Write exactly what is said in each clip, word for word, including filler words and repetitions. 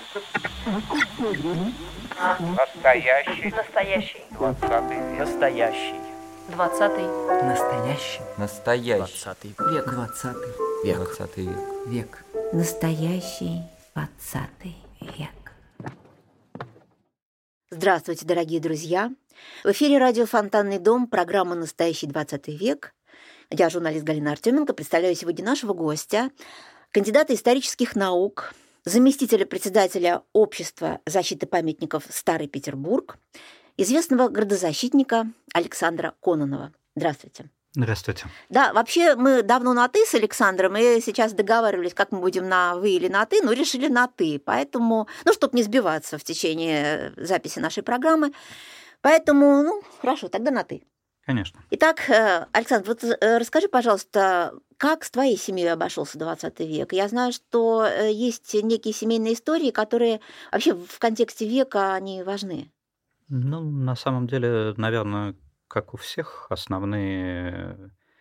Настоящий. Настоящий. Двадцатый век. Настоящий. Двадцатый. Настоящий. Настоящий. Двадцатый век. Двадцатый Век. Двадцатый век. Век. Настоящий двадцатый век. Здравствуйте, дорогие друзья! В эфире радио «Фонтанный дом», программа «Настоящий двадцатый век». Я, журналист Галина Артеменко, представляю сегодня нашего гостя, кандидата исторических наук, заместителя председателя Общества защиты памятников «Старый Петербург», известного градозащитника Александра Кононова. Здравствуйте. Здравствуйте. Да, вообще мы давно на «ты» с Александром, и сейчас договаривались, как мы будем на «вы» или на «ты», но решили на «ты», поэтому, ну, чтобы не сбиваться в течение записи нашей программы, поэтому, ну, хорошо, тогда на «ты». Конечно. Итак, Александр, вот расскажи, пожалуйста, как с твоей семьей обошелся двадцатый век? Я знаю, что есть некие семейные истории, которые вообще в контексте века, они важны. Ну, на самом деле, наверное, как у всех, основные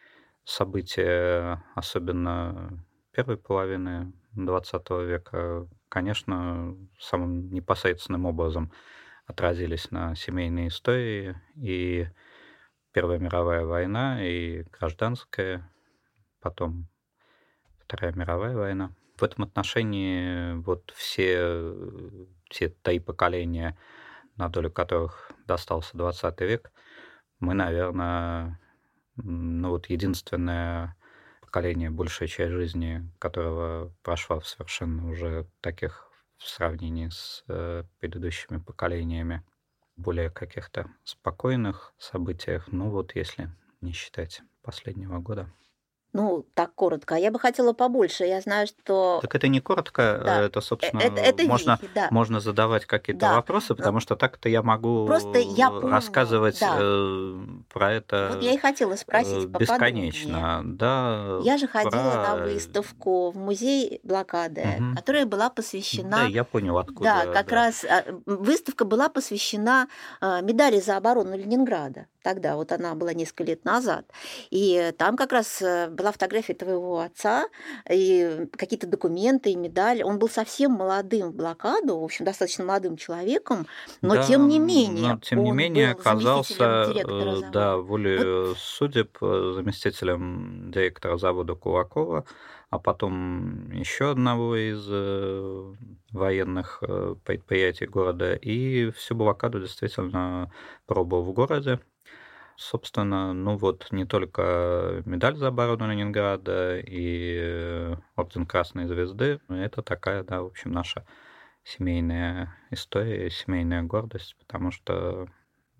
события, особенно первой половины двадцатого века, конечно, самым непосредственным образом отразились на семейной истории. И Первая мировая война, и гражданская, потом Вторая мировая война. В этом отношении вот все те три поколения, на долю которых достался двадцатый век, мы, наверное, ну вот единственное поколение, большая часть жизни которого прошла в совершенно уже таких, в сравнении с э, предыдущими поколениями, более каких-то спокойных событиях, ну вот если не считать последнего года. Ну, так коротко. Я бы хотела побольше. Я знаю, что... Так это не коротко, Да. это, собственно, Это- это можно, вехи, да. можно задавать какие-то Да. вопросы, потому что так-то я могу Просто я помню, рассказывать да. э, про это Вот я и хотела спросить э, поподробнее. бесконечно. Да, Я же ходила про- на выставку в музей блокады, Мгм. которая была Да, посвящена... я понял, откуда. Да, как раз а, выставка была посвящена а, медали за оборону Ленинграда. Тогда, вот она была несколько лет назад. И там как раз э, была фотография твоего отца, и какие-то документы, и медаль. Он был совсем молодым в блокаду, в общем, достаточно молодым человеком, но Да, тем не менее но тем не он менее был оказался, заместителем директора э, завода. да, волею судеб э, заместителем директора завода Кулакова, а потом еще одного из э, военных э, предприятий города, и всю блокаду действительно пробовал в городе. Собственно, ну вот не только медаль за оборону Ленинграда и э, орден Красной Звезды, это такая, да, в общем, наша семейная история, семейная гордость, потому что,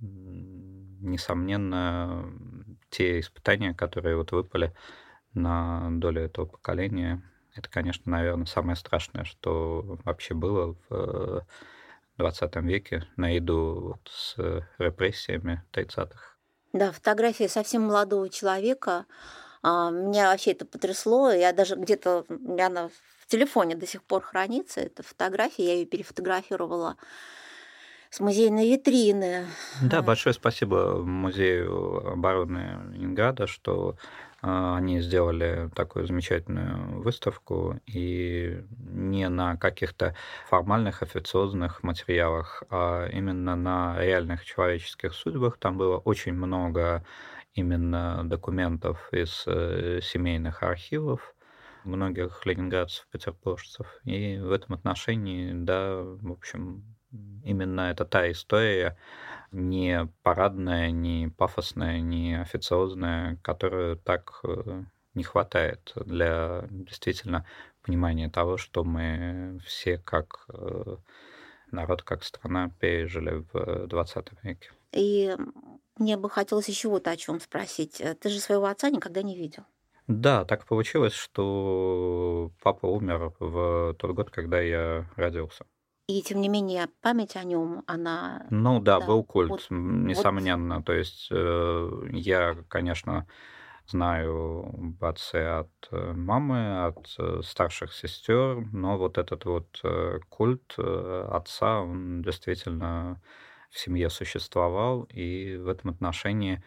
м, несомненно, те испытания, которые вот выпали на долю этого поколения, это, конечно, наверное, самое страшное, что вообще было в двадцатом веке, наряду вот с репрессиями тридцатых. Да, фотография совсем молодого человека. А, Меня вообще это потрясло. Я даже где-то, у меня она в телефоне до сих пор хранится, эта фотография. Я ее перефотографировала с музейной витрины. Да, большое спасибо Музею обороны Ленинграда, что э, они сделали такую замечательную выставку, и не на каких-то формальных официозных материалах, а именно на реальных человеческих судьбах. Там было очень много именно документов из э, семейных архивов многих ленинградцев, петербуржцев. И в этом отношении, да, в общем, именно это та история, не парадная, не пафосная, не официозная, которую так э, не хватает для действительно понимания того, что мы все как э, народ, как страна пережили в двадцатом веке. И мне бы хотелось еще вот о чем спросить. Э, Ты же своего отца никогда не видел. Да, так получилось, что папа умер в тот год, когда я родился. И тем не менее память о нем, она... Ну да, Да, был культ, вот- м, вот. несомненно. То есть э, я, конечно, знаю об отце от э, мамы, от э, старших сестер, но вот этот вот э, культ э, отца, он действительно в семье существовал, и в этом отношении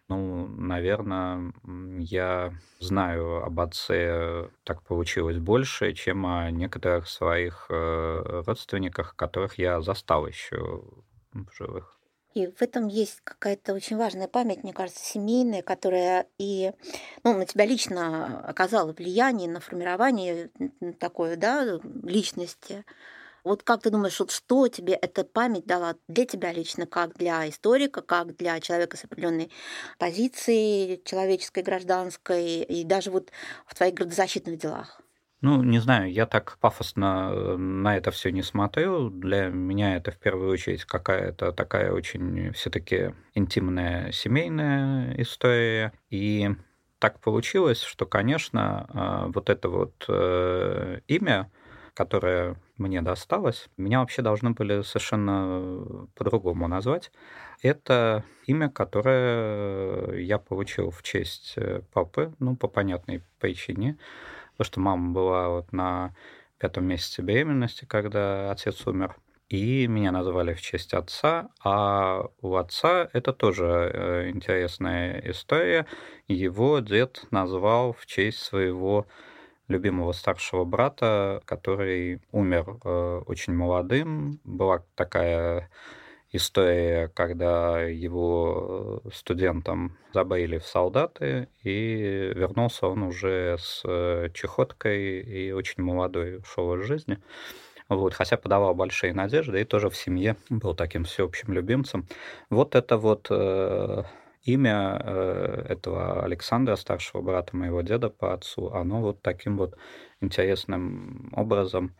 Ну, наверное, я знаю об отце, так получилось, больше, чем о некоторых своих э, родственниках, которых я застал еще в живых. И в этом есть какая-то очень важная память, мне кажется, семейная, которая и ну, на тебя лично оказала влияние на формирование н- такой, да, личности. Вот как ты думаешь, вот что тебе эта память дала для тебя лично, как для историка, как для человека с определенной позицией человеческой, гражданской, и даже вот в твоих градозащитных делах? Ну, не знаю, я так пафосно э, на это все не смотрю. Для меня это в первую очередь какая-то такая очень все-таки интимная семейная история. И так получилось, что, конечно, а, вот это вот э, имя, которое мне досталось, меня вообще должны были совершенно по-другому назвать. Это имя, которое я получил в честь э, папы, ну, по понятной причине. Потому что мама была вот на пятом месяце беременности, когда отец умер. И меня назвали в честь отца, а у отца это тоже э, интересная история. Его дед назвал в честь своего любимого старшего брата, который умер э, очень молодым. Была такая история, когда его э, студентам забрали в солдаты, и вернулся он уже с э, чехоткой и очень молодой ушел из жизни. Вот, хотя подавал большие надежды и тоже в семье был таким всеобщим любимцем. Вот это вот э, имя э, этого Александра, старшего брата моего деда по отцу, оно вот таким вот интересным образом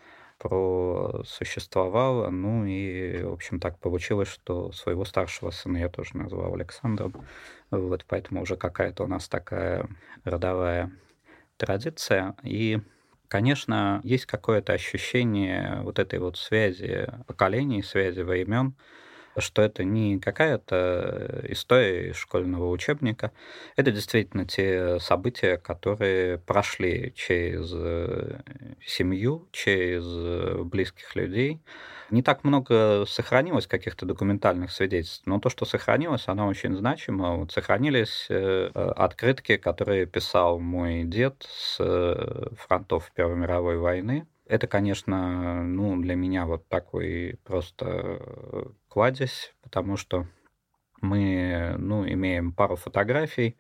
просуществовало. Ну и, в общем, так получилось, что своего старшего сына я тоже назвал Александром. Вот, поэтому уже какая-то у нас такая родовая традиция. И, конечно, есть какое-то ощущение вот этой вот связи поколений, связи времен, что это не какая-то история из школьного учебника. Это действительно те события, которые прошли через э, семью, через э, близких людей. Не так много сохранилось каких-то документальных свидетельств, но то, что сохранилось, оно очень значимо. Вот сохранились э, э, открытки, которые писал мой дед с э, фронтов Первой мировой войны. Это, конечно, ну, для меня вот такой просто э, кладезь, потому что мы, ну, имеем пару фотографий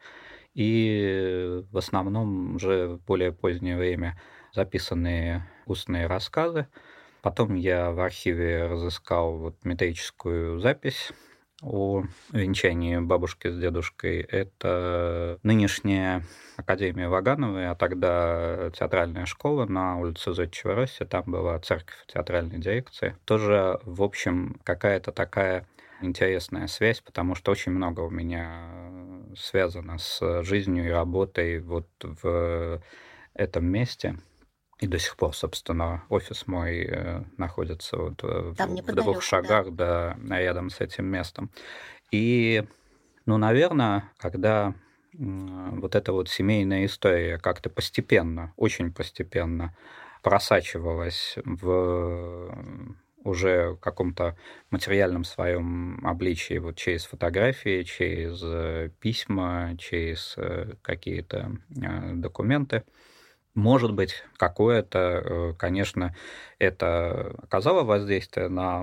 и в основном уже в более позднее время записанные устные рассказы. Потом я в архиве разыскал вот метрическую запись о венчании бабушки с дедушкой. Это нынешняя Академия Вагановой, а тогда театральная школа на улице Зодчего Росси. Там была церковь театральной дирекции. Тоже, в общем, какая-то такая интересная связь, потому что очень много у меня связано с жизнью и работой вот в этом месте. И до сих пор, собственно, офис мой э, находится вот э, Там в, в неподалеку, двух да. шагах, да, рядом с этим местом. И, ну, наверное, когда м, вот эта вот семейная история как-то постепенно, очень постепенно просачивалась в уже каком-то материальном своем обличии, вот через фотографии, через э, письма, через э, какие-то э, документы, может быть, какое-то, э, конечно, это оказало воздействие на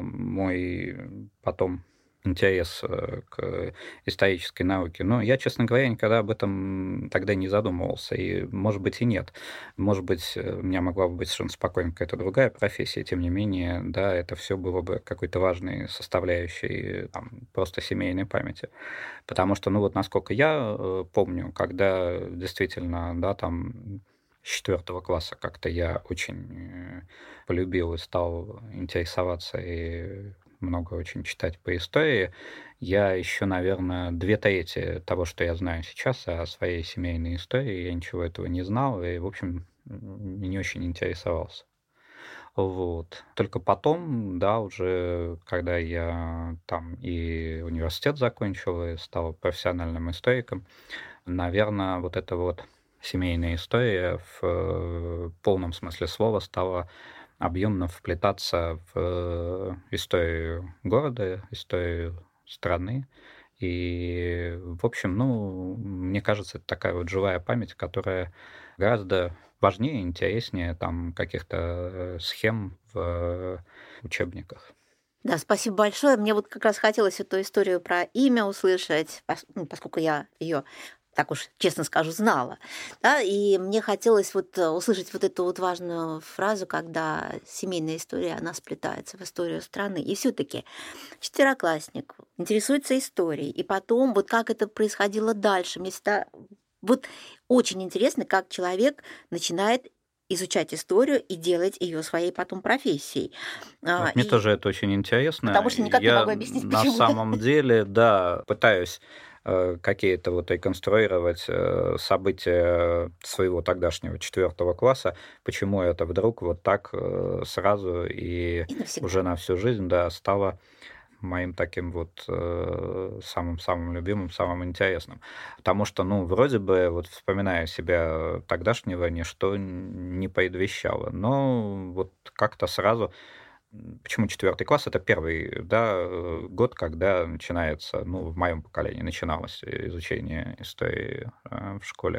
мой потом интерес э, к исторической науке. Но я, честно говоря, никогда об этом тогда не задумывался. И, может быть, и нет. Может быть, э, у меня могла бы быть совершенно спокойно какая-то другая профессия. Тем не менее, да, это все было бы какой-то важной составляющей там, просто семейной памяти. Потому что, ну вот, насколько я э, помню, когда действительно, да, там с четвертого класса как-то я очень э, полюбил и стал интересоваться и много очень читать по истории. Я еще, наверное, две трети того, что я знаю сейчас о своей семейной истории, я ничего этого не знал и, в общем, м, не очень интересовался. Вот. Только потом, да, уже когда я там и университет закончил, и стал профессиональным историком, наверное, вот эта вот семейная история в э, полном смысле слова стала объемно вплетаться в э, историю города, историю страны. И, в общем, ну, мне кажется, это такая вот живая память, которая гораздо важнее, интереснее там каких-то э, схем в учебниках. Да, спасибо большое. Мне вот как раз хотелось эту историю про имя услышать, пос- ну, поскольку я ее, так уж честно скажу, знала. Да, и мне хотелось вот э, услышать вот эту вот важную фразу, когда семейная история, она сплетается в историю страны. И все таки четвероклассник интересуется историей, и потом вот как это происходило дальше. Мне всегда вот очень интересно, как человек начинает изучать историю и делать ее своей потом профессией. А, Вот мне и тоже это очень потому интересно. что никак не Я могу объяснить, на почему. самом деле, да, пытаюсь э, какие-то вот реконструировать э, события своего тогдашнего четвертого класса, почему это вдруг вот так э, сразу и И навсегда. уже на всю жизнь, да, стало моим таким вот э, самым-самым любимым, самым интересным. Потому что, ну, вроде бы, вот вспоминая себя тогдашнего, ничто не предвещало. Но вот как-то сразу. М, Почему четвертый класс? Это первый, да, э, год, когда начинается, ну, в моем поколении начиналось изучение истории э, в школе.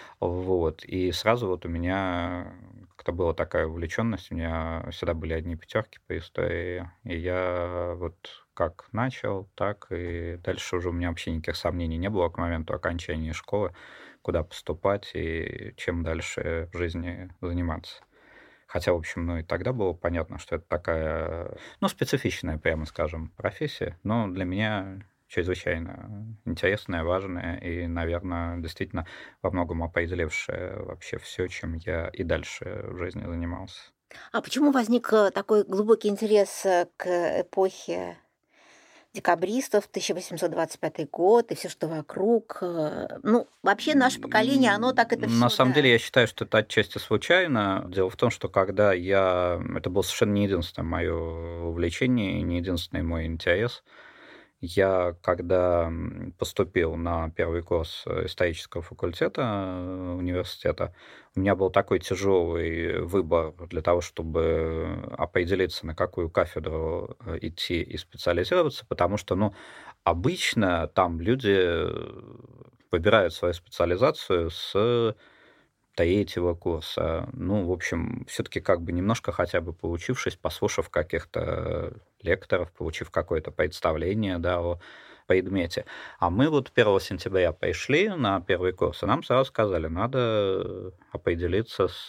Вот. И сразу вот у меня как-то была такая увлеченность, у меня всегда были одни пятерки по истории, и я вот как начал, так и дальше уже у меня вообще никаких сомнений не было к моменту окончания школы, куда поступать и чем дальше в жизни заниматься. Хотя, в общем, ну и тогда было понятно, что это такая, ну, специфичная, прямо скажем, профессия, но для меня чрезвычайно интересная, важная и, наверное, действительно во многом определившая вообще все, чем я и дальше в жизни занимался. А почему возник э, такой глубокий интерес э, к эпохе декабристов, тысяча восемьсот двадцать пятый год и все, что вокруг? э, Ну, вообще наше поколение, оно М, так это На все, самом деле, да. я считаю, что это отчасти случайно. Дело в том, что когда я... Это было совершенно не единственное мое увлечение, и не единственный мой интерес. Я, когда м, поступил на первый курс э, исторического факультета э, университета, у меня был такой тяжелый выбор для того, чтобы определиться, на какую кафедру э, идти и специализироваться, потому что, ну, обычно там люди э, выбирают свою специализацию с третьего курса. Ну, в общем, все-таки как бы немножко хотя бы поучившись, послушав каких-то лекторов, получив какое-то представление, да, о предмете. А мы вот первого сентября пришли на первый курс, и нам сразу сказали, надо определиться с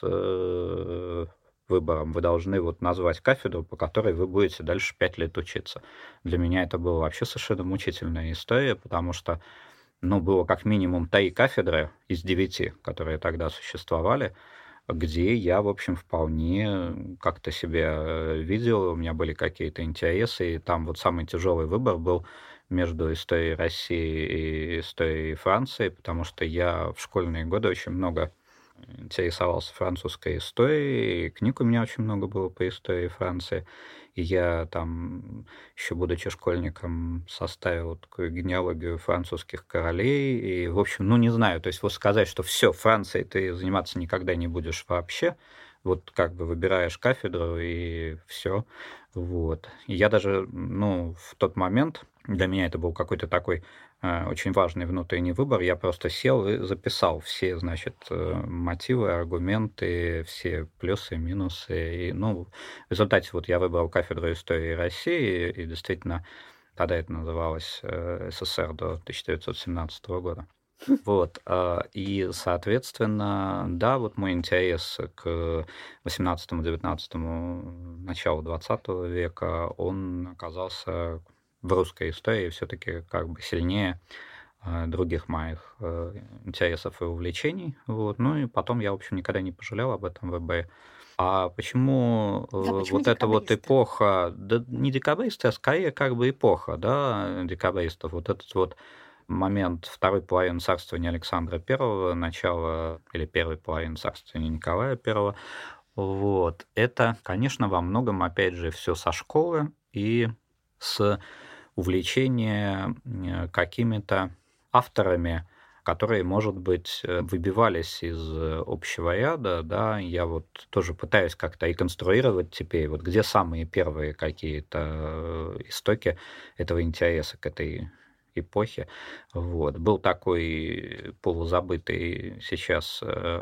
э, выбором. Вы должны вот назвать кафедру, по которой вы будете дальше пять лет учиться. Для меня это была вообще совершенно мучительная история, потому что ну, было как минимум три кафедры из девяти, которые тогда существовали, где я, в общем, вполне как-то себя э, видел, у меня были какие-то интересы, и там вот самый тяжелый выбор был между историей России и историей Франции, потому что я в школьные годы очень много интересовался французской историей, и книг у меня очень много было по истории Франции. И я там, еще будучи школьником, составил такую генеалогию французских королей. И, в общем, ну, не знаю, то есть вот сказать, что все, Францией ты заниматься никогда не будешь вообще, вот как бы выбираешь кафедру и все. Вот. И я даже, ну, в тот момент, для меня это был какой-то такой э, очень важный внутренний выбор. Я просто сел и записал все, значит, э, мотивы, аргументы, все плюсы, минусы. И, ну, в результате вот я выбрал кафедру истории России, и действительно тогда это называлось э, СССР до тысяча девятьсот семнадцатого года. Вот, а, и, соответственно, да, вот мой интерес к восемнадцатому-девятнадцатому, началу двадцатого века, он оказался в русской истории все-таки как бы сильнее а, других моих э, интересов и увлечений. Вот. Ну и потом я, в общем, никогда не пожалел об этом выборе. А почему э, Да, почему вот эта вот декабристы? эпоха, да не декабристы, а скорее как бы эпоха, да, декабристов, вот этот вот момент второй половины царствования Александра Первого, начала или первой половины царствования Николая Первого, вот, это, конечно, во многом, опять же, все со школы и с увлечения э, какими-то авторами, которые, может быть, э, выбивались из э, общего ряда, да, я вот тоже пытаюсь как-то реконструировать теперь, вот где самые первые какие-то э, истоки этого интереса к этой эпохи. Вот. Был такой полузабытый сейчас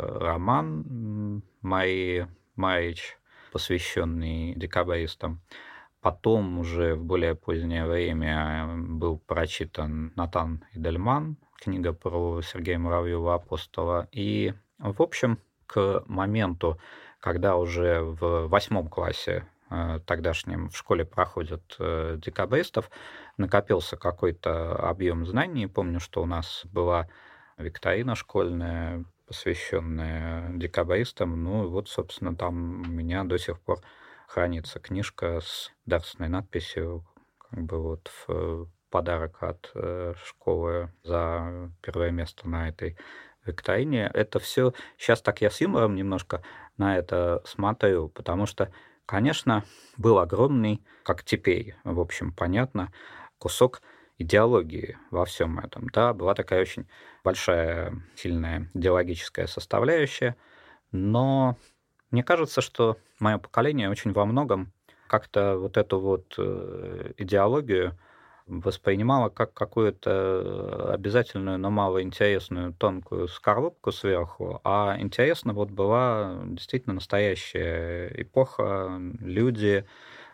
роман Марии Марич, посвященный декабристам. Потом уже в более позднее время был прочитан «Натан и Дельман», книга про Сергея Муравьева «Апостола». И, в общем, к моменту, когда уже в восьмом классе тогдашнем в школе проходят декабристов, накопился какой-то объем знаний. Помню, что у нас была викторина школьная, посвященная декабристам. Ну, и вот, собственно, там у меня до сих пор хранится книжка с дарственной надписью, как бы вот в подарок от школы за первое место на этой викторине. Это все сейчас так я с юмором немножко на это смотрю, потому что, конечно, был огромный, как теперь, в общем, понятно, кусок идеологии во всем этом. Да, была такая очень большая, сильная идеологическая составляющая, но мне кажется, что мое поколение очень во многом как-то вот эту вот идеологию воспринимало как какую-то обязательную, но малоинтересную тонкую скорлупку сверху, а интересно вот была действительно настоящая эпоха, люди,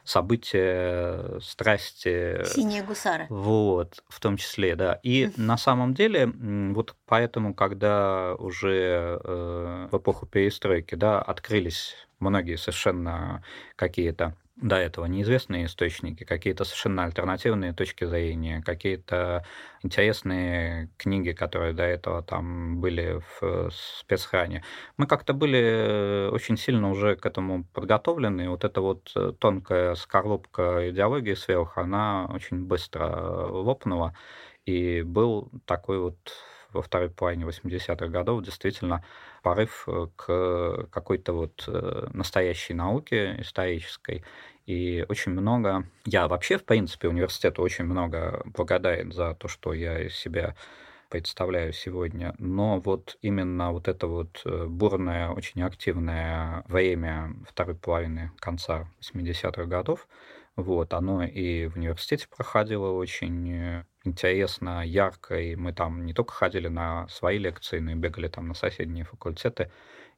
события, страсти. Синие гусары. Вот, в том числе, да. И на самом деле, вот поэтому, когда уже э, в эпоху перестройки, да, открылись многие совершенно какие-то до этого неизвестные источники, какие-то совершенно альтернативные точки зрения, какие-то интересные книги, которые до этого там были в спецхране. Мы как-то были очень сильно уже к этому подготовлены, и вот эта вот тонкая скорлупка идеологии сверху, она очень быстро лопнула, и был такой вот во второй половине восьмидесятых годов действительно порыв к какой-то вот настоящей науке исторической. И очень много... Я вообще, в принципе, университету очень много благодарен за то, что я из себя представляю сегодня. Но вот именно вот это вот бурное, очень активное время второй половины конца восьмидесятых годов, вот, оно и в университете проходило очень интересно, ярко, и мы там не только ходили на свои лекции, но и бегали там на соседние факультеты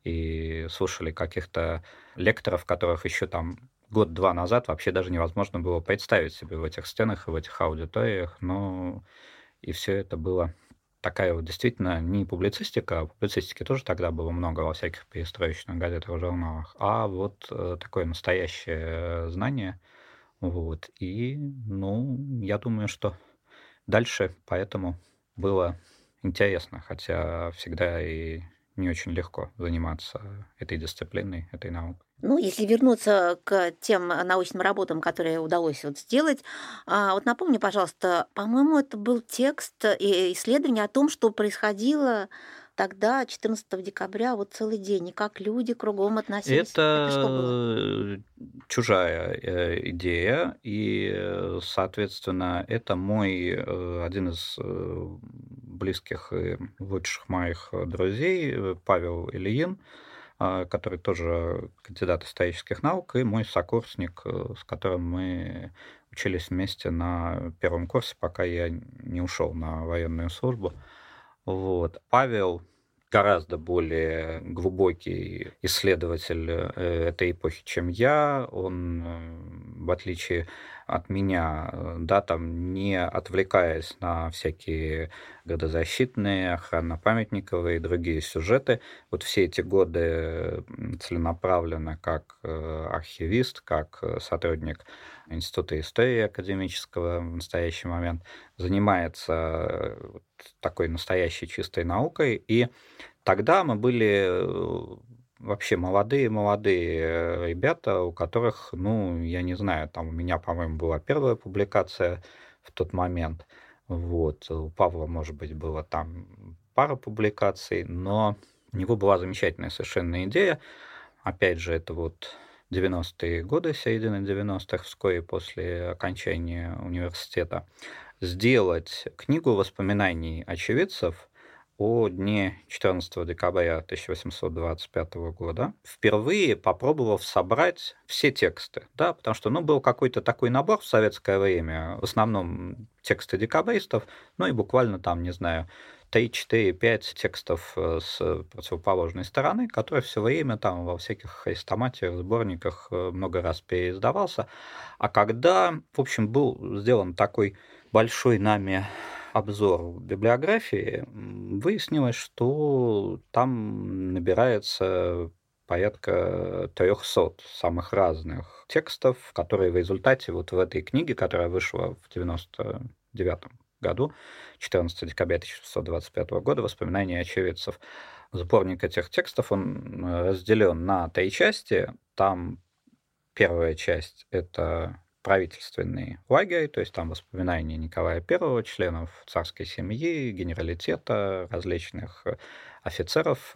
и слушали каких-то лекторов, которых еще там год-два назад вообще даже невозможно было представить себе в этих стенах и в этих аудиториях, но и все это было такая вот действительно не публицистика, публицистики тоже тогда было много во всяких перестроечных газетах и журналах, а вот такое настоящее знание. Вот. И, ну, я думаю, что дальше поэтому было интересно, хотя всегда и не очень легко заниматься этой дисциплиной, этой наукой. Ну, если вернуться к тем научным работам, которые удалось вот сделать, а, вот напомни, пожалуйста, по-моему, это был текст и исследование о том, что происходило тогда, четырнадцатого декабря, вот целый день, и как люди кругом относились. Это что было? Это чужая идея, и, соответственно, это мой один из близких и лучших моих друзей, Павел Ильин, который тоже кандидат исторических наук, и мой сокурсник, с которым мы учились вместе на первом курсе, пока я не ушел на военную службу. Вот. Павел гораздо более глубокий исследователь этой эпохи, чем я. Он, в отличие от меня, да, там, не отвлекаясь на всякие градозащитные, охранно-памятниковые и другие сюжеты, вот все эти годы целенаправленно как архивист, как сотрудник Института истории академического в настоящий момент занимается такой настоящей чистой наукой. И тогда мы были вообще молодые-молодые ребята, у которых, ну, я не знаю, там у меня, по-моему, была первая публикация в тот момент. Вот. У Павла, может быть, было там пара публикаций, но у него была замечательная совершенно идея. Опять же, это вот девяностые годы, середина девяностых, вскоре после окончания университета, сделать книгу воспоминаний очевидцев о дне четырнадцатого декабря тысяча восемьсот двадцать пятого года, впервые попробовав собрать все тексты, да, потому что, ну, был какой-то такой набор в советское время, в основном тексты декабристов, ну и буквально там, не знаю, три, четыре, пять текстов с противоположной стороны, который все время там во всяких хрестоматиях, сборниках много раз переиздавался. А когда, в общем, был сделан такой большой нами обзор библиографии, выяснилось, что там набирается порядка трехсот самых разных текстов, которые в результате вот в этой книге, которая вышла в девяносто девятом году, четырнадцатого декабря тысяча шестьсот двадцать пятого года, «Воспоминания очевидцев». Сборник этих текстов, он разделен на три части. Там первая часть — это правительственный лагерь, то есть там воспоминания Николая Первого, членов царской семьи, генералитета, различных офицеров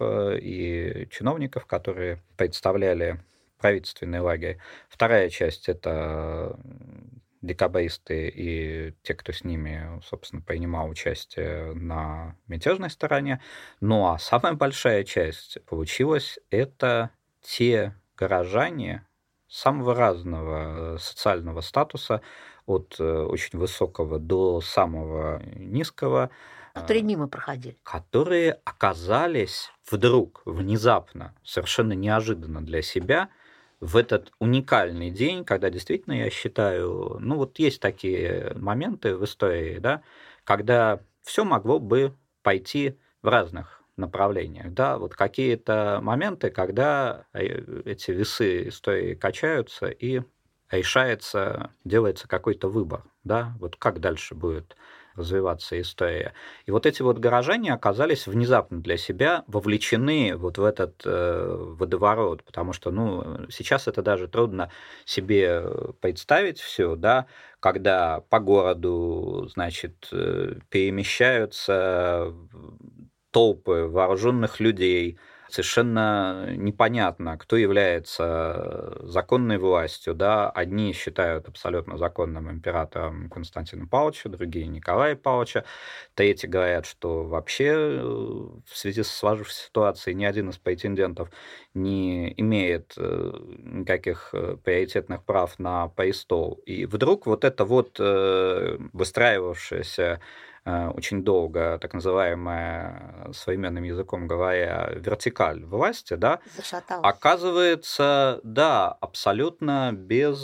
и чиновников, которые представляли правительственный лагерь. Вторая часть — это декабристы и те, кто с ними, собственно, принимал участие на мятежной стороне. Ну а самая большая часть получилась — это те горожане самого разного социального статуса, от очень высокого до самого низкого, которые мимо проходили, которые оказались вдруг, внезапно, совершенно неожиданно для себя в этот уникальный день, когда действительно, я считаю, ну вот есть такие моменты в истории, да, когда все могло бы пойти в разных направлениях, да, вот какие-то моменты, когда эти весы истории качаются и решается, делается какой-то выбор, да, вот как дальше будет развиваться история. И вот эти вот горожане оказались внезапно для себя вовлечены вот в этот э, водоворот, потому что, ну, сейчас это даже трудно себе представить все, да, когда по городу, значит, перемещаются толпы вооруженных людей, совершенно непонятно, кто является законной властью. Да? Одни считают абсолютно законным императором Константина Павловича, другие Николая Павловича. Третьи говорят, что вообще в связи с сложившейся ситуацией ни один из претендентов не имеет никаких приоритетных прав на престол. И вдруг вот это вот выстраивавшееся очень долго, так называемая, современным языком говоря, вертикаль власти, да, оказывается, да, абсолютно без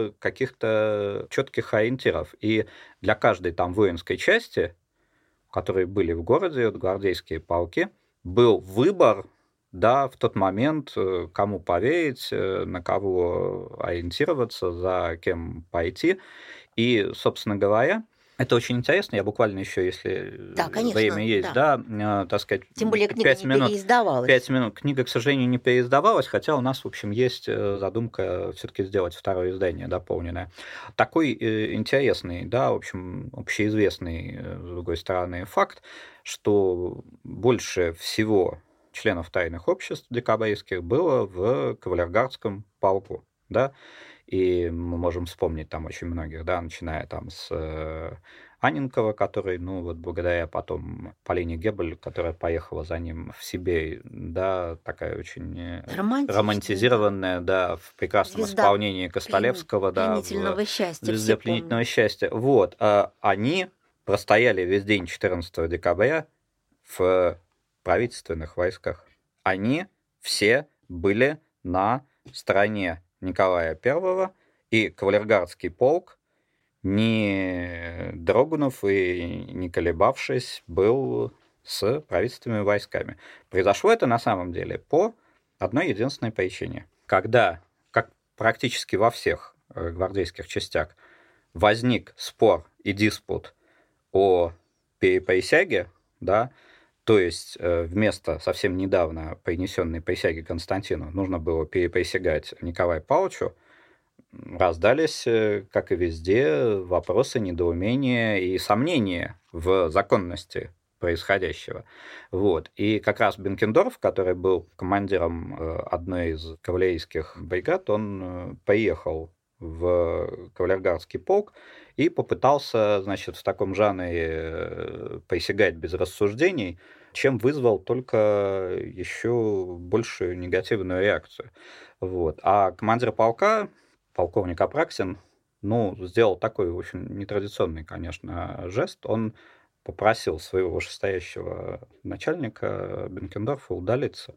каких-то четких ориентиров. И для каждой там воинской части, которые были в городе, вот гвардейские полки, был выбор, да, в тот момент, кому поверить, на кого ориентироваться, за кем пойти. И, собственно говоря, это очень интересно. Я буквально еще, если да, конечно, время есть, да, да так сказать, тем более книга не минут, переиздавалась. Пять минут. Книга, к сожалению, не переиздавалась, хотя у нас, в общем, есть задумка все-таки сделать второе издание дополненное. Такой интересный, да, в общем, общеизвестный, с другой стороны, факт, что больше всего членов тайных обществ декабристских было в кавалергардском полку, да. И мы можем вспомнить там очень многих, да, начиная там с э, Анненкова, который, ну, вот благодаря потом Полине Гебель, которая поехала за ним в Сибирь, да, такая очень романтизированная, да, в прекрасном звезда исполнении Костолевского, да, пленительного в, счастья, для пленительного счастья. Вот, а они простояли весь день четырнадцатого декабря в правительственных войсках. Они все были на стороне Николая Первого, и кавалергардский полк, не дрогнув и не колебавшись, был с правительственными войсками. Произошло это на самом деле по одной единственной причине. Когда, как практически во всех гвардейских частях, возник спор и диспут о переприсяге, да, то есть вместо совсем недавно принесенной присяги Константину нужно было переприсягать Николаю Павловичу, раздались, как и везде, вопросы, недоумения и сомнения в законности происходящего. Вот. И как раз Бенкендорф, который был командиром одной из кавалерийских бригад, он приехал в кавалергардский полк и попытался, значит, в таком жанре присягать без рассуждений, чем вызвал только еще большую негативную реакцию. Вот. А командир полка, полковник Апраксин, ну, сделал такой, в общем, нетрадиционный, конечно, жест. Он попросил своего вышестоящего начальника Бенкендорфа удалиться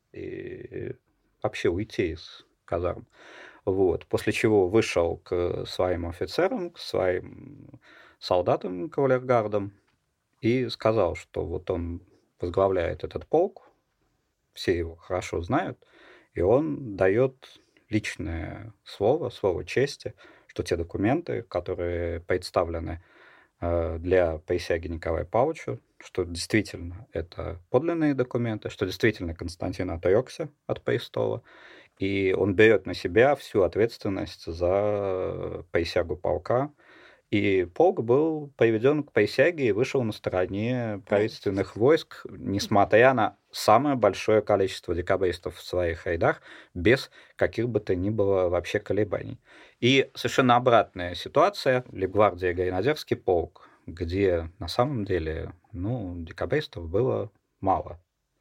и вообще уйти из казарм. Вот. После чего вышел к своим офицерам, к своим солдатам, кавалергардам, и сказал, что вот он возглавляет этот полк, все его хорошо знают, и он дает личное слово, слово чести, что те документы, которые представлены для присяги Николаю Павловичу, что действительно это подлинные документы, что действительно Константин отрекся от престола, и он берет на себя всю ответственность за присягу полка. И полк был приведен к присяге и вышел на стороне правительственных войск, несмотря на самое большое количество декабристов в своих рядах, без каких бы то ни было вообще колебаний. И совершенно обратная ситуация — Лейбгвардия и Гренадерский полк, где на самом деле ну, декабристов было мало.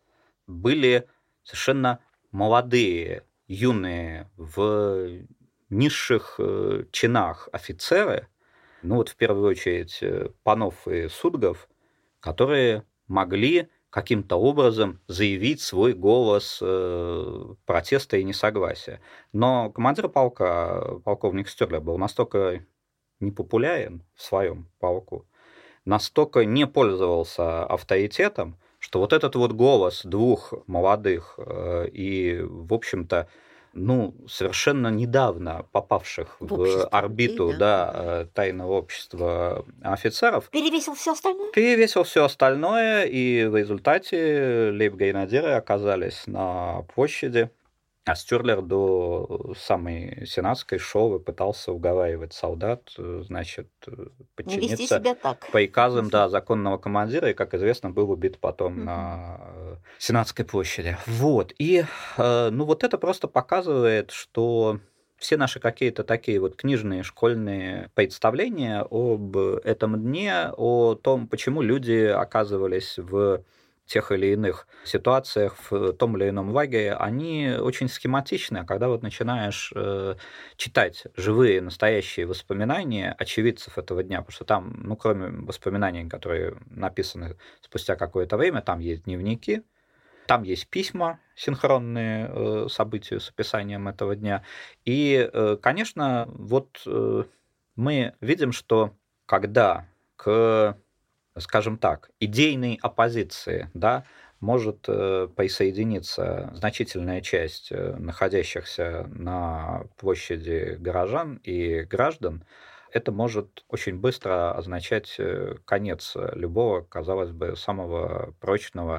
Были совершенно молодые, юные, в низших чинах офицеры, ну вот в первую очередь Панов и Судгов, которые могли каким-то образом заявить свой голос протеста и несогласия. Но командир полка, полковник Стерлер, был настолько непопулярен в своем полку, настолько не пользовался авторитетом, что вот этот вот голос двух молодых и, в общем-то, ну, совершенно недавно попавших в, в орбиту людей, да. Да, тайного общества офицеров. Перевесил все остальное? Перевесил все остальное, и в результате лейб-гренадеры оказались на площади, а Стерлер до самой Сенатской шел и пытался уговаривать солдат, значит, подчиниться приказам да, законного командира, и, как известно, был убит потом угу. на Сенатской площади. Вот. И ну, вот это просто показывает, что все наши какие-то такие вот книжные, школьные представления об этом дне, о том, почему люди оказывались в тех или иных ситуациях в том или ином лагере, они очень схематичны. А когда вот начинаешь э, читать живые, настоящие воспоминания очевидцев этого дня, потому что там, ну, кроме воспоминаний, которые написаны спустя какое-то время, там есть дневники, там есть письма, синхронные э, события с описанием этого дня. И, э, конечно, вот э, мы видим, что когда к скажем так, идейной оппозиции, да, может э, присоединиться значительная часть э, находящихся на площади горожан и граждан, это может очень быстро означать конец любого, казалось бы, самого прочного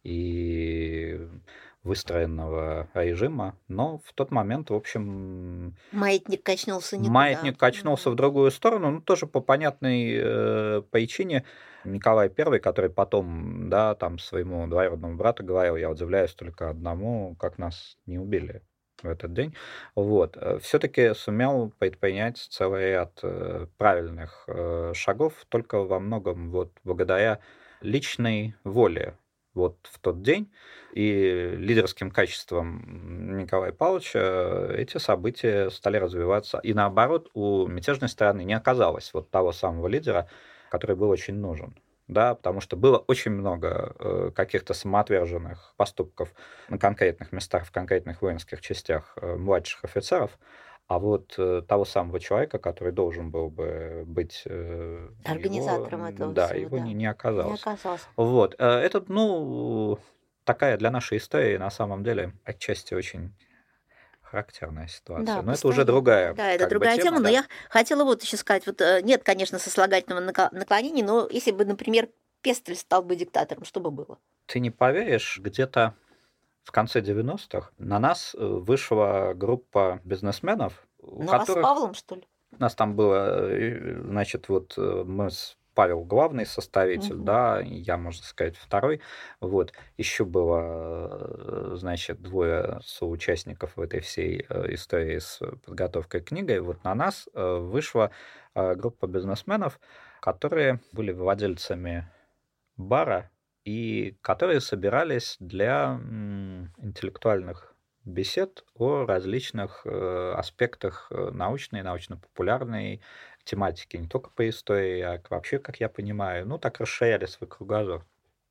и выстроенного режима, но в тот момент, в общем... Маятник качнулся не Маятник туда. качнулся в другую сторону, ну, тоже по понятной э, причине. Николай Первый, который потом, да, там своему двоюродному брату говорил, я удивляюсь только одному, как нас не убили в этот день, вот, все-таки сумел предпринять целый ряд э, правильных э, шагов только во многом вот благодаря личной воле вот в тот день, и лидерским качеством Николая Павловича эти события стали развиваться. И наоборот, у мятежной стороны не оказалось вот того самого лидера, который был очень нужен. Да, потому что было очень много э, каких-то самоотверженных поступков на конкретных местах, в конкретных воинских частях э, младших офицеров, а вот э, того самого человека, который должен был бы быть э, организатором его, этого да, всего, его да. Не, не оказалось. Не оказалось. Вот. Это, ну, такая для нашей истории, на самом деле, отчасти очень характерная ситуация. Да, но постоянно. это уже другая, да, это другая бы, тема, тема, но да. я хотела вот еще сказать, вот нет, конечно, сослагательного наклонения, но если бы, например, Пестель стал бы диктатором, что бы было? Ты не поверишь, где-то в конце девяностых на нас вышла группа бизнесменов, у ну, которых... а с Павлом, что ли? У нас там было, значит, вот мы с Павел главный составитель, угу. да, я, можно сказать, второй. Вот. Еще было, значит, двое соучастников в этой всей истории с подготовкой книги. Вот на нас вышла группа бизнесменов, которые были владельцами бара и которые собирались для интеллектуальных бесед о различных э, аспектах э, научной, научно-популярной тематики, не только по истории, а вообще, как я понимаю, ну, так расширяли свой кругозор.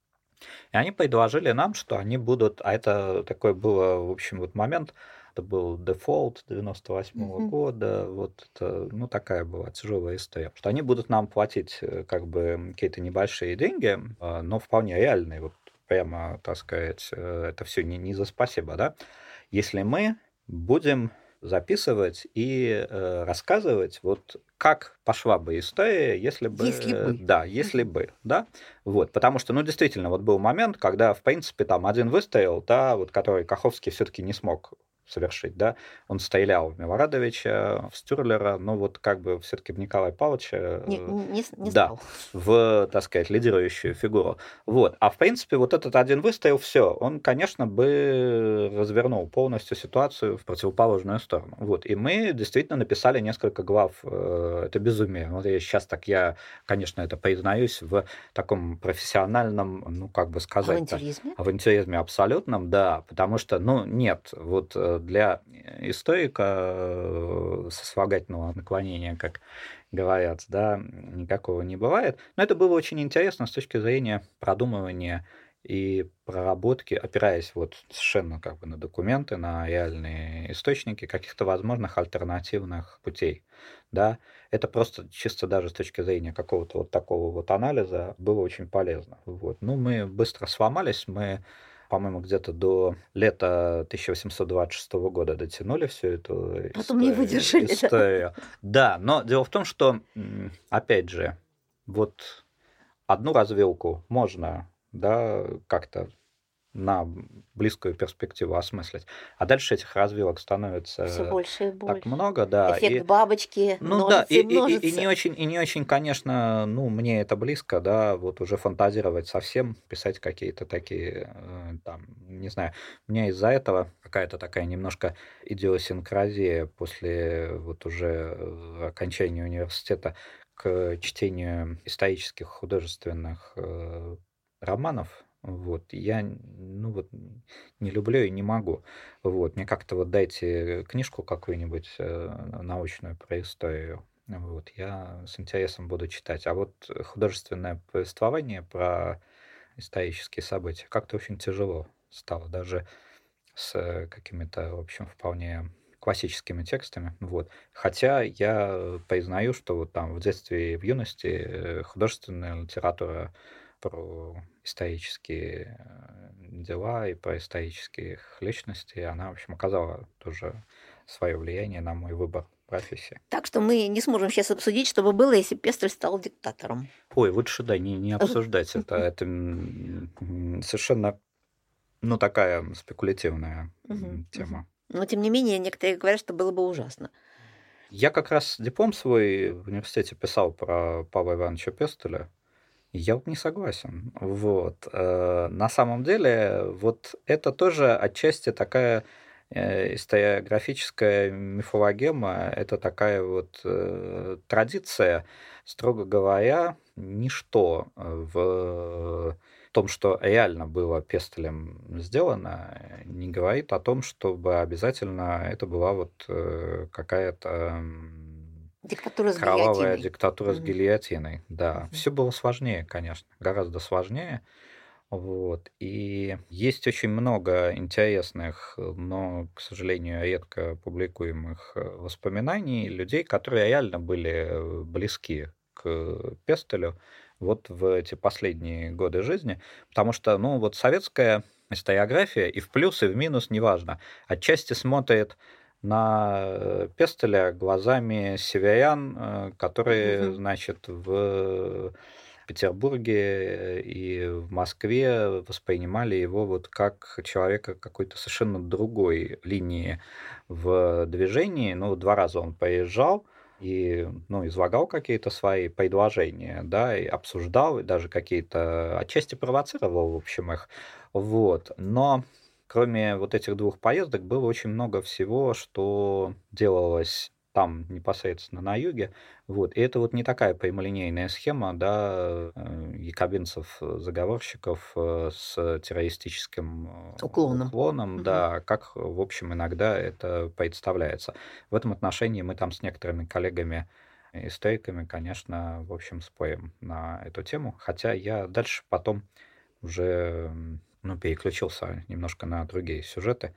И они предложили нам, что они будут, а это такой был, в общем, вот момент, это был дефолт девяносто восьмого Мгм. года, вот это, ну, такая была тяжелая история, что они будут нам платить э, как бы какие-то небольшие деньги, а, но вполне реальные, вот прямо, так сказать, э, это все не, не за спасибо, да, если мы будем записывать и э, рассказывать, вот как пошла бы история, если бы, Если бы. да, если Мгм. бы, да, вот, потому что, ну, действительно, вот был момент, когда, в принципе, там один выстрел, да, вот, который Каховский все-таки не смог совершить, да, он стрелял в Милорадовича, в Стюрлера, но вот как бы все-таки в Николая Павловича, Не, э, не, с- не да, стал. в, так сказать, лидирующую фигуру. Вот. А в принципе, вот этот один выстрел, все, он, конечно, бы развернул полностью ситуацию в противоположную сторону. Вот. И мы действительно написали несколько глав. э, Это безумие. Вот я сейчас так я, конечно, это признаюсь в таком профессиональном, ну, как бы сказать-то, Авантюризме? авантюризме абсолютном, да, потому что, ну, нет, вот э, для историка э, сослагательного наклонения, как говорят, да, никакого не бывает. Но это было очень интересно с точки зрения продумывания и проработки, опираясь вот совершенно как бы на документы, на реальные источники каких-то возможных альтернативных путей, да. Это просто чисто даже с точки зрения какого-то вот такого вот анализа было очень полезно. Вот. Ну, мы быстро сломались, мы, по-моему, где-то до лета тысяча восемьсот двадцать шестого года дотянули всю эту Потом не историю. выдержали, да. историю. Да, но дело в том, что, м, опять же, вот одну развилку можно, да, как-то на близкую перспективу осмыслить, а дальше этих развилок Все становится больше и так больше. много, да, Эффект и бабочки ну да, множится и, и и, и, и не множится. очень, и не очень, конечно, ну, мне это близко, да, вот уже фантазировать совсем, писать какие-то такие, э, там, не знаю, у меня из-за этого какая-то такая немножко идиосинкразия после вот уже э, окончания университета к чтению исторических художественных э, романов. Вот, я, н- ну вот, не люблю и не могу. Вот, мне как-то вот дайте книжку какую-нибудь э, научную про историю. Вот, я с интересом буду читать. А вот художественное повествование про исторические события как-то очень тяжело стало, даже с э, какими-то, в общем, вполне классическими текстами. Вот. Хотя я признаю, что вот там в детстве и в юности э, художественная литература про исторические э, дела и про исторических личностей, она, в общем, оказала тоже свое влияние на мой выбор профессии. Так что мы не сможем сейчас обсудить, что бы было, если Пестель стал диктатором. Ой, лучше, да, не, не обсуждать это. Это м, м, совершенно, ну, такая спекулятивная Мгм, м, мгм. тема. Но, тем не менее, некоторые говорят, что было бы ужасно. Я как раз диплом свой в университете писал про Павла Ивановича Пестеля. И я вот не согласен. Вот. Э, На самом деле, вот это тоже отчасти такая э, историографическая мифологема, это такая вот э, традиция, строго говоря, ничто в том, что реально было Пестелем сделано, э, не говорит о том, чтобы обязательно это была вот э, какая-то м, Диктатура с кровавая гильотиной. диктатура с Мгм, гильотиной. Да, мгм. все было сложнее, конечно, гораздо сложнее. Вот. И есть очень много интересных, э, но, к сожалению, редко публикуемых э, воспоминаний людей, которые реально были э, близки к Пестелю вот в эти последние годы жизни. Потому что, ну, вот советская историография и в плюс, и в минус, неважно, отчасти смотрит на э, Пестеля глазами северян, э, которые, Мгм. значит, в Петербурге и в Москве воспринимали его вот как человека какой-то совершенно другой линии в движении. Ну, два раза он поезжал и, ну, излагал какие-то свои предложения, да, и обсуждал, и даже какие-то отчасти провоцировал, в общем, их. Вот. Но кроме вот этих двух поездок было очень много всего, что делалось там непосредственно на юге. Вот. И это вот не такая прямолинейная схема, да, э, якобинцев-заговорщиков э, с террористическим э, С уклоном. уклоном, Мгм. да, как, в общем, иногда это представляется. В этом отношении мы там с некоторыми коллегами историками, конечно, в общем, спорим на эту тему. Хотя я дальше потом уже м, ну, переключился немножко на другие сюжеты.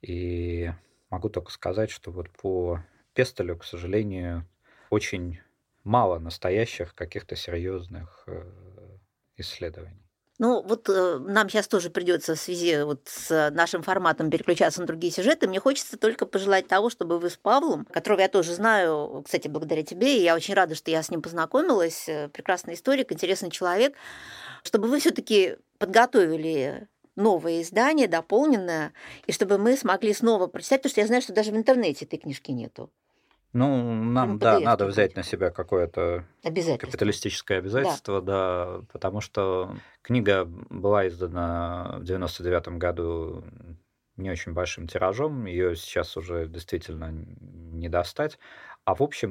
И могу только сказать, что вот по Пестелю, к сожалению, очень мало настоящих каких-то серьезных э, исследований. Ну, вот э, нам сейчас тоже придется в связи вот с нашим форматом переключаться на другие сюжеты. Мне хочется только пожелать того, чтобы вы с Павлом, которого я тоже знаю, кстати, благодаря тебе, и я очень рада, что я с ним познакомилась, э, прекрасный историк, интересный человек, чтобы вы все-таки подготовили новое издание, дополненное, и чтобы мы смогли снова прочитать, потому что я знаю, что даже в интернете этой книжки нету. Ну, Прям нам, да, надо пи ди эф-ки взять будет. на себя какое-то Обязательство. капиталистическое Да. обязательство, да, потому что книга была издана в девяносто девятом году не очень большим тиражом, ее сейчас уже действительно не достать. А в общем,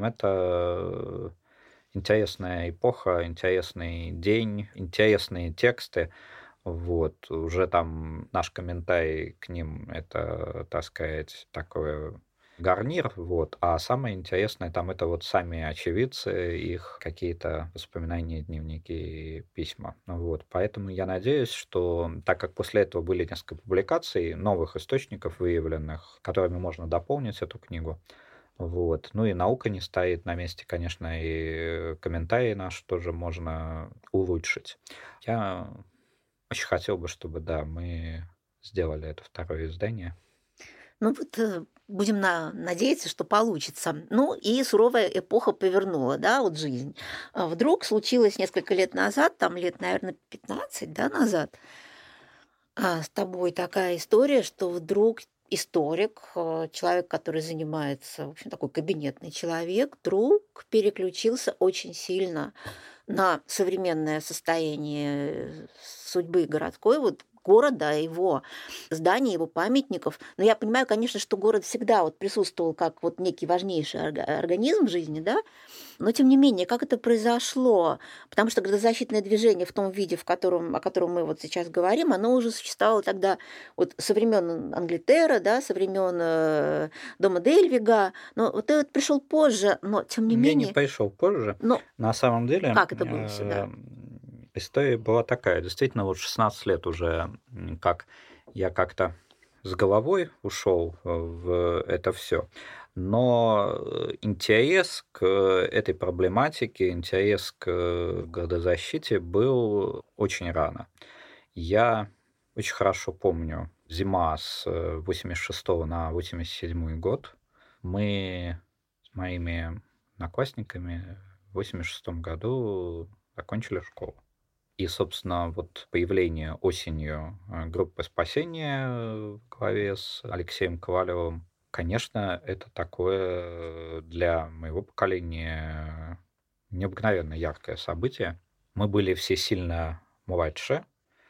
это интересная эпоха, интересный день, интересные тексты. Вот, уже там наш комментарий к ним — это, так сказать, такое гарнир, вот. А самое интересное там — это вот сами очевидцы, их какие-то воспоминания, дневники, письма. Ну вот. Поэтому я надеюсь, что так как после этого были несколько публикаций, новых источников выявленных, которыми можно дополнить эту книгу, вот. Ну и наука не стоит на месте, конечно, и комментарии наши тоже можно улучшить. Я очень хотел бы, чтобы, да, мы сделали это второе издание. Ну вот э, будем на- надеяться, что получится. Ну и суровая эпоха повернула, да, вот жизнь. А Вдруг случилось несколько лет назад, там лет, наверное, пятнадцать, да, назад, а, с тобой такая история, что вдруг историк, э, человек, который занимается, в общем, такой кабинетный человек, вдруг переключился очень сильно на современное состояние судьбы городской, вот города, его зданий, его памятников. Но я понимаю, конечно, что город всегда вот присутствовал как вот некий важнейший орга- организм в жизни, да, но тем не менее, как это произошло? Потому что градозащитное движение в том виде, в котором, о котором мы вот сейчас говорим, оно уже существовало тогда вот со времен Англитера, да, со времен э, дома Дельвига. Но вот этот пришел позже, но тем не Я не менее, пришел позже. ну, На самом деле, как это было всегда? э, история была такая. Действительно, вот шестнадцать лет уже, м, как я как-то с головой ушел в это все. Но э, интерес к этой проблематике, интерес к градозащите был очень рано. Я очень хорошо помню зима с э, восемьдесят шестого на восемьдесят седьмой год. Мы с моими одноклассниками в восемьдесят шестом году закончили школу. И, собственно, вот появление осенью э, группы спасения в главе с Алексеем Ковалевым, конечно, это такое э, для моего поколения необыкновенно яркое событие. Мы были все сильно младше,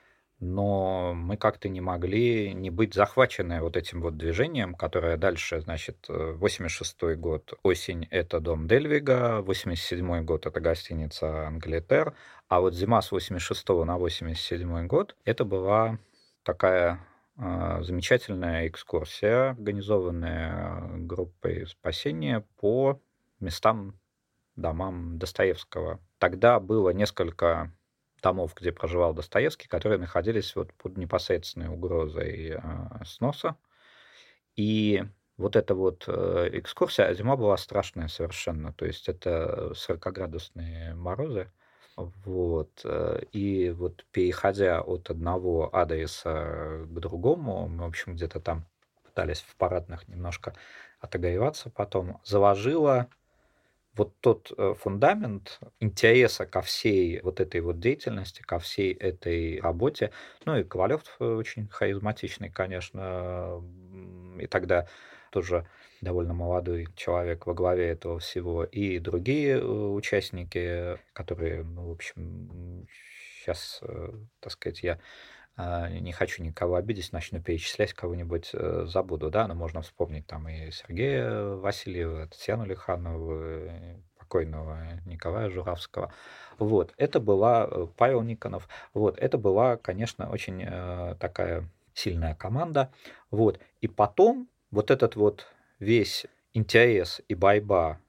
но мы как-то не могли не быть захвачены вот этим вот движением, которое дальше, значит, э, восемьдесят шестой год, осень — это дом Дельвига, восемьдесят седьмой год — это гостиница Англитер, а вот зима с восемьдесят шестого на восемьдесят седьмой год — это была такая а, замечательная экскурсия, организованная группой спасения по местам, домам Достоевского. Тогда было несколько домов, где проживал Достоевский, которые находились вот под непосредственной угрозой а, сноса. И вот эта вот э, экскурсия, а зима была страшная совершенно. То есть это сорокаградусные морозы. Вот. э, И вот переходя от одного адреса к другому, мы, в общем, где-то там пытались в парадных немножко отогреваться потом, заложила вот тот э, фундамент интереса ко всей вот этой вот деятельности, ко всей этой работе. Ну и Ковалев очень харизматичный, конечно, м, и тогда тоже довольно молодой человек во главе этого всего, и другие э, участники, которые, ну, в общем, сейчас, так сказать, я а, не хочу никого обидеть, начну перечислять, кого-нибудь э, забуду, да, но можно вспомнить там и Сергея Васильева, Татьяну Лиханову, э, покойного Николая Журавского. Вот, это была э, Павел Никонов. Вот, это была, конечно, очень э, такая сильная команда. Вот, и потом вот этот вот весь интерес и борьба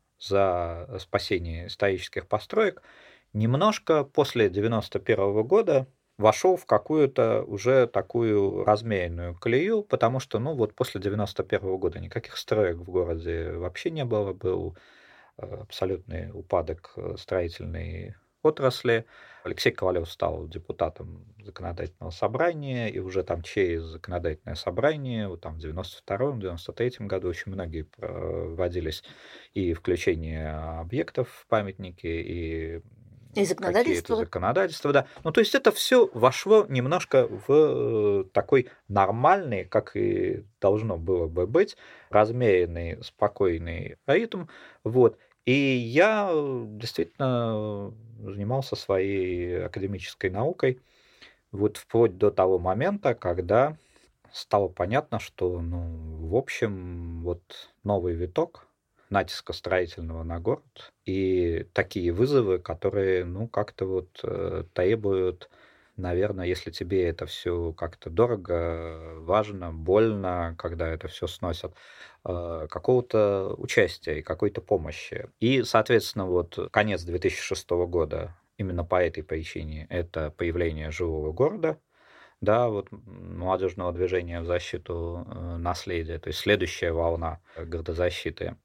за спасение исторических построек немножко после девяносто первого года вошел в какую-то уже такую размеренную колею, потому что, ну, вот после девяносто первого года никаких строек в городе вообще не было, был э, абсолютный упадок э, строительной отрасли. Алексей Ковалев стал депутатом законодательного собрания, и уже там через законодательное собрание, вот там в девяносто втором девяносто третьем году очень многие проводились и включение объектов в памятники, и И какие-то законодательство. законодательства, да. Ну, то есть это все вошло немножко в э, такой нормальный, как и должно было бы быть, размеренный, спокойный ритм. Вот. И я э, действительно занимался своей академической наукой вот вплоть до того момента, когда стало понятно, что, ну, в общем, вот новый виток натиска строительного на город и такие вызовы, которые, ну, как-то вот э, требуют, наверное, если тебе это все как-то дорого, важно, больно, когда это все сносят, э, какого-то участия и какой-то помощи. И, соответственно, вот конец две тысячи шестого года именно по этой причине это появление живого города, да, вот молодежного движения в защиту э, наследия, то есть следующая волна э, городозащиты.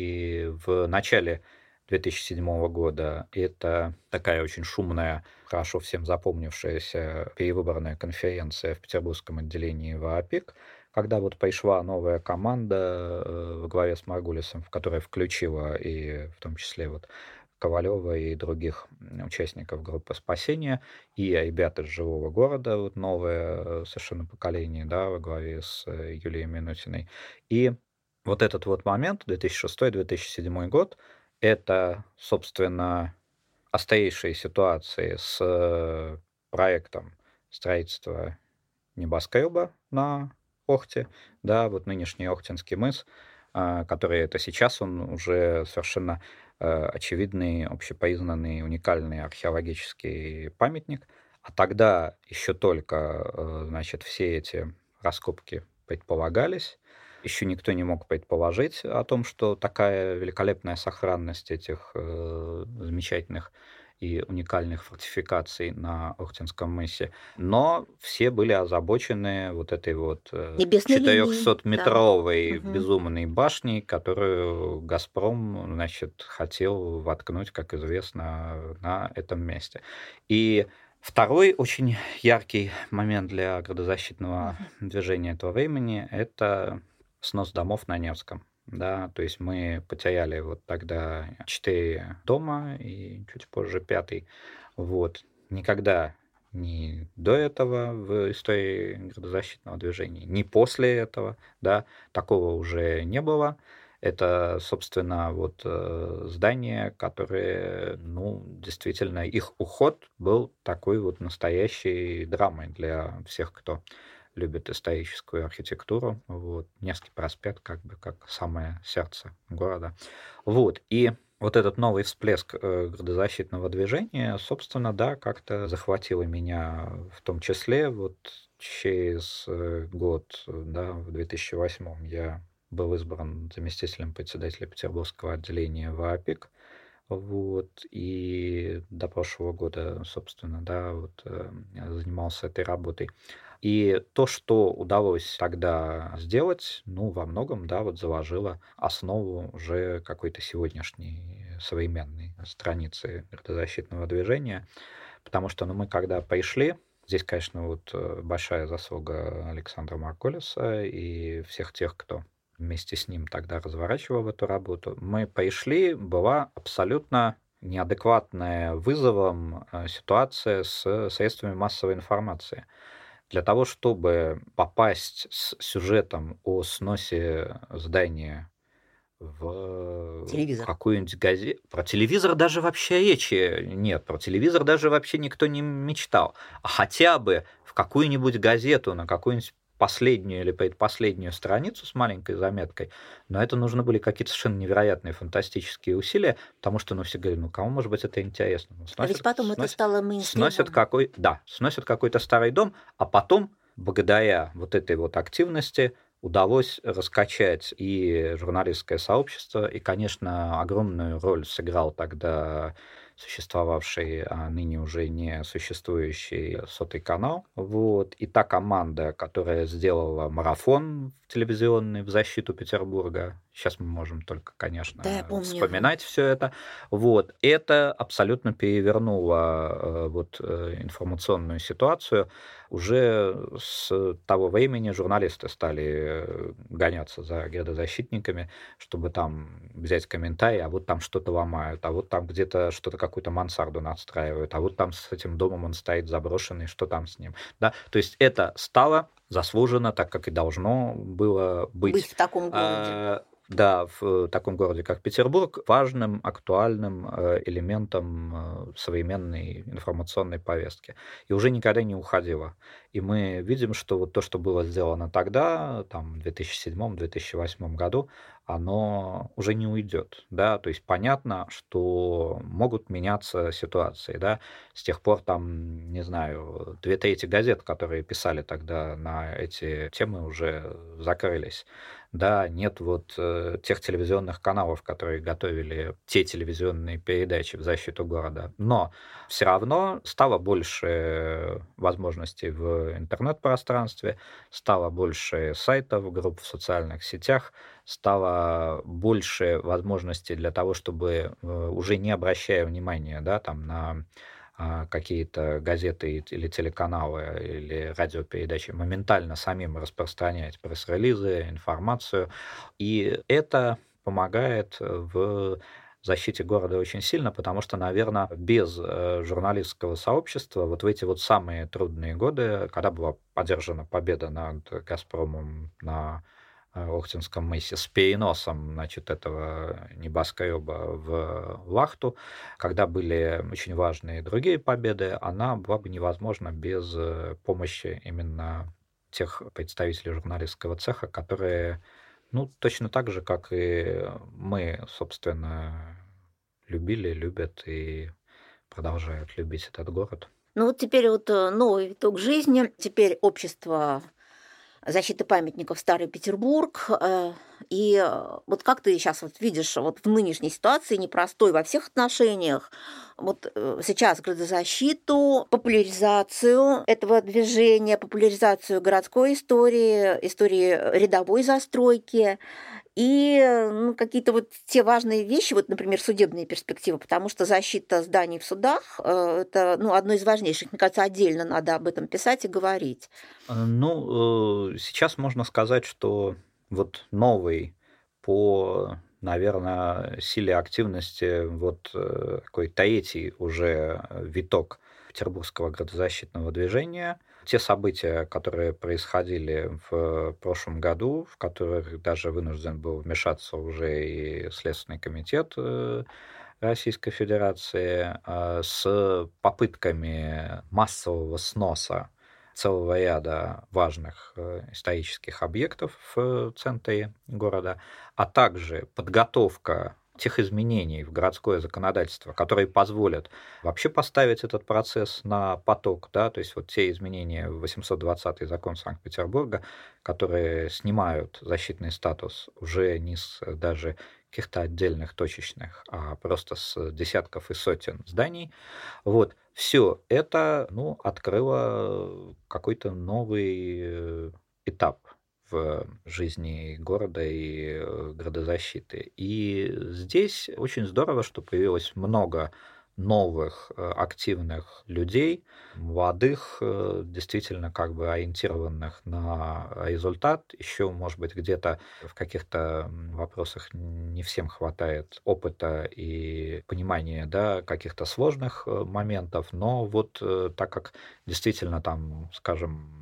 И в начале две тысячи седьмого года это такая очень шумная, хорошо всем запомнившаяся перевыборная конференция в петербургском отделении ВААПИК, когда вот пришла новая команда э, во главе с Маргулисом, которая включила и в том числе вот Ковалева и других м, участников группы спасения, и ребята из живого города, вот новое э, совершенно поколение, да, во главе с э, Юлией Минутиной. И вот этот вот момент, две тысячи шестой - две тысячи седьмой год, это, собственно, острейшие ситуации с э, проектом строительства небоскреба на Охте, да, вот нынешний Охтинский мыс, а, который это сейчас он уже совершенно э, очевидный, общепризнанный, уникальный археологический памятник. А тогда еще только, э, значит, все эти раскопки предполагались. Еще никто не мог предположить о том, что такая великолепная сохранность этих э, замечательных и уникальных фортификаций на Охтинском мысе. Но все были озабочены вот этой вот э, Небесной линией, да. четырехсотметровой Мгм. безумной башней, которую «Газпром», значит, хотел воткнуть, как известно, на этом месте. И второй очень яркий момент для градозащитного движения этого времени – это снос домов на Невском. Да, то есть мы потеряли вот тогда четыре дома и чуть позже пятый. Вот. Никогда ни до этого в истории градозащитного движения, ни после этого, да, такого уже не было. Это, собственно, вот э, здания, которые, ну, действительно, их уход был такой вот настоящей драмой для всех, кто любит историческую архитектуру. Вот. Невский проспект как бы как самое сердце города. Вот. И вот этот новый всплеск э, градозащитного движения, собственно, да, как-то захватило меня в том числе. Вот через э, год, э, да, в две тысячи восьмом я был избран заместителем председателя Петербургского отделения ВААПИК. Вот. И до прошлого года, собственно, да, вот э, занимался этой работой. И то, что удалось тогда сделать, ну, во многом, да, вот заложило основу уже какой-то сегодняшней современной страницы градозащитного движения. Потому что, ну, мы когда пришли, здесь, конечно, вот э, большая заслуга Александра Маркулиса и всех тех, кто вместе с ним тогда разворачивал эту работу. Мы пришли, была абсолютно неадекватная вызовом э, ситуация с средствами массовой информации. Для того, чтобы попасть с сюжетом о сносе здания в Телевизор. какую-нибудь газету. Про телевизор даже вообще речи нет. Про телевизор даже вообще никто не мечтал. А хотя бы в какую-нибудь газету, на какую-нибудь последнюю или предпоследнюю страницу с маленькой заметкой, но это нужны были какие-то совершенно невероятные фантастические усилия, потому что, ну, все говорили, ну, кому, может быть, это интересно? Ну, А ведь сносят, потом это сносят, стало сносят мейнстримом. какой, да, сносят какой-то старый дом, а потом, благодаря вот этой вот активности, удалось раскачать и журналистское сообщество, и, конечно, огромную роль сыграл тогда существовавший, а ныне уже не существующий сотый канал. Вот. И та команда, которая сделала марафон телевизионный в защиту Петербурга, сейчас мы можем только, Да, я конечно, помню. вспоминать все это, вот, это абсолютно перевернуло э, вот, э, информационную ситуацию. Уже с того времени журналисты стали э, гоняться за градозащитниками, чтобы там взять комментарий, а вот там что-то ломают, а вот там где-то что-то, какую-то мансарду надстраивают, а вот там с этим домом он стоит заброшенный, что там с ним. Да? То есть это стало заслуженно, так как и должно было Быть быть. в таком городе. А, да, в таком городе, как Петербург, важным, актуальным э, элементом э, современной информационной повестки. И уже никогда не уходило. И мы видим, что вот то, что было сделано тогда, там, в две тысячи седьмом — две тысячи восьмом году, оно уже не уйдет. Да? То есть понятно, что могут меняться ситуации. Да? С тех пор, там, не знаю, две трети газет, которые писали тогда на эти темы, уже закрылись. Да, нет вот э, тех телевизионных каналов, которые готовили те телевизионные передачи в защиту города. Но все равно стало больше возможностей в интернет-пространстве, стало больше сайтов, групп в социальных сетях, стало больше возможностей для того, чтобы э, уже не обращая внимания, да, там, на а, какие-то газеты или телеканалы или радиопередачи, моментально самим распространять пресс-релизы, информацию. И это помогает в защите города очень сильно, потому что, наверное, без э, журналистского сообщества вот в эти вот самые трудные годы, когда была одержана победа над «Газпромом» на э, Охтинском мысе с переносом, значит, этого небоскреба в Лахту, когда были очень важные другие победы, она была бы невозможна без э, помощи именно тех представителей журналистского цеха, которые, ну, точно так же, как и мы, собственно, любили, любят и продолжают любить этот город. Ну вот теперь вот э, новый виток жизни. Теперь общество защиты памятников Старый Петербург. э, И э, вот как ты сейчас вот видишь вот в нынешней ситуации, непростой во всех отношениях, вот э, сейчас градозащиту, популяризацию этого движения, популяризацию городской истории, истории рядовой застройки, и ну, какие-то вот те важные вещи, вот, например, судебные перспективы, потому что защита зданий в судах э, это ну, одно из важнейших. Мне кажется, отдельно надо об этом писать и говорить. Э, Ну, э, сейчас можно сказать, что вот новый по, наверное, силе активности вот э, такой третий уже виток петербургского градозащитного движения. Те события, которые происходили в прошлом году, в которых даже вынужден был вмешаться уже и Следственный комитет э, Российской Федерации э, с попытками массового сноса целого ряда важных э, исторических объектов в центре города, а также подготовка тех изменений в городское законодательство, которые позволят вообще поставить этот процесс на поток, да, то есть вот те изменения в восемьсот двадцатый закон Санкт-Петербурга, которые снимают защитный статус уже не с даже каких-то отдельных точечных, а просто с десятков и сотен зданий. Вот. Все это, ну, открыло какой-то новый э, этап в жизни города и э, градозащиты. И здесь очень здорово, что появилось много новых э, активных людей, молодых, э, действительно как бы ориентированных на результат. Еще, может быть, где-то в каких-то м, вопросах не всем хватает опыта и понимания, да, каких-то сложных э, моментов, но вот э, так как действительно там, скажем,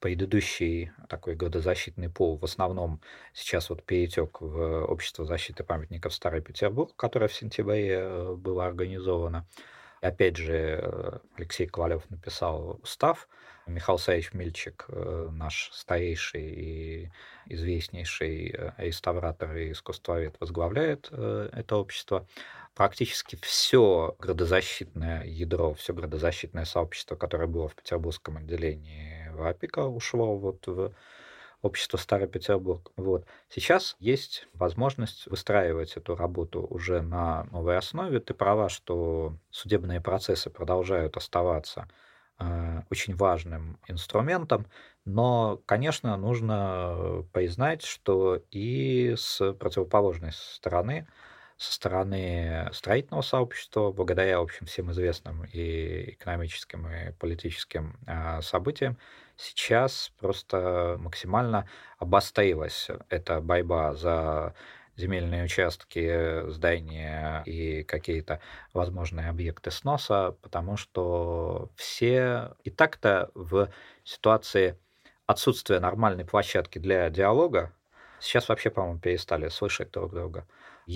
предыдущий такой градозащитный пул в основном сейчас вот перетек в Общество защиты памятников Старый Петербург, которое в сентябре было организовано. Опять же, Алексей Ковалев написал устав. Михаил Савич Мильчик, наш старейший и известнейший реставратор и искусствовед, возглавляет это общество. Практически все градозащитное ядро, все градозащитное сообщество, которое было в петербургском отделении ВАПИКа, ушло вот в общество Старый Петербург. Вот. Сейчас есть возможность выстраивать эту работу уже на новой основе. Ты права, что судебные процессы продолжают оставаться э, очень важным инструментом, но, конечно, нужно признать, что и с противоположной стороны, со стороны строительного сообщества, благодаря, в общем, всем известным и экономическим, и политическим э, событиям, сейчас просто максимально обострилась эта борьба за земельные участки, здания и какие-то возможные объекты сноса, потому что все и так-то в ситуации отсутствия нормальной площадки для диалога сейчас вообще, по-моему, перестали слышать друг друга.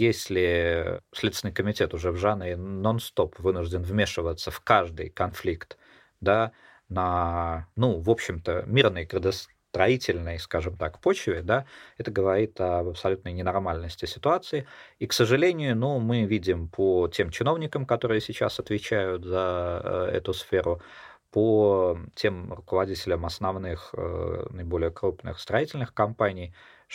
Если Следственный комитет уже в жанре нон-стоп вынужден вмешиваться в каждый конфликт, да, на, ну, в общем-то, мирной градостроительной, скажем так, почве, да, это говорит об абсолютной ненормальности ситуации. И, к сожалению, ну, мы видим по тем чиновникам, которые сейчас отвечают за эту сферу, по тем руководителям основных, наиболее крупных строительных компаний,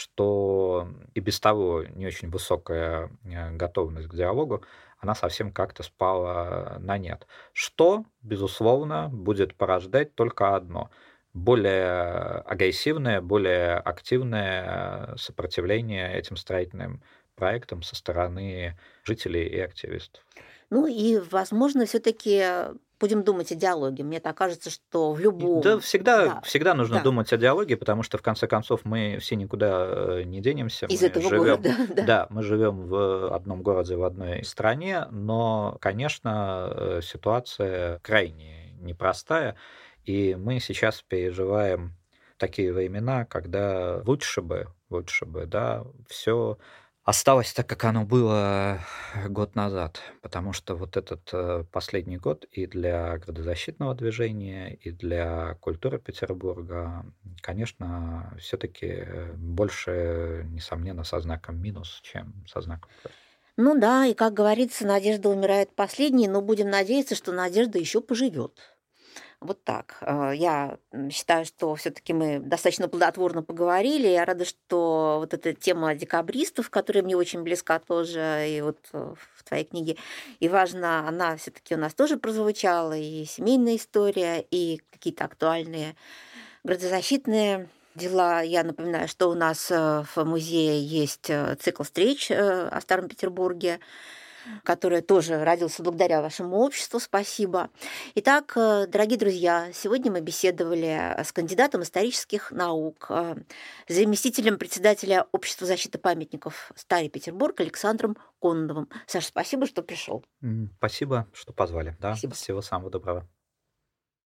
что и без того не очень высокая готовность к диалогу, она совсем как-то спала на нет. Что, безусловно, будет порождать только одно – более агрессивное, более активное сопротивление этим строительным проектам со стороны жителей и активистов. Ну и, возможно, все-таки будем думать о диалоге. Мне так кажется, что в любом... Да, всегда, Да, всегда нужно да. думать о диалоге, потому что, в конце концов, мы все никуда не денемся. Из мы этого живем, города, да. Да, мы живем в одном городе, в одной стране, но, конечно, ситуация крайне непростая, и мы сейчас переживаем такие времена, когда лучше бы, лучше бы, да, все осталось так, как оно было год назад, потому что вот этот последний год и для градозащитного движения, и для культуры Петербурга, конечно, все-таки больше, несомненно, со знаком минус, чем со знаком плюс. Ну да, и, как говорится, надежда умирает последней, но будем надеяться, что надежда еще поживет. Вот так. Я считаю, что все-таки мы достаточно плодотворно поговорили. Я рада, что вот эта тема декабристов, которая мне очень близка тоже, и вот в твоей книге, и важно, она все-таки у нас тоже прозвучала, и семейная история, и какие-то актуальные градозащитные дела. Я напоминаю, что у нас в музее есть цикл встреч о Старом Петербурге, который тоже родился благодаря вашему обществу. Спасибо. Итак, дорогие друзья, сегодня мы беседовали с кандидатом исторических наук, заместителем председателя Общества защиты памятников Старый Петербург Александром Кононовым. Саша, спасибо, что пришел. Спасибо, что позвали. Да, Спасибо. всего самого доброго.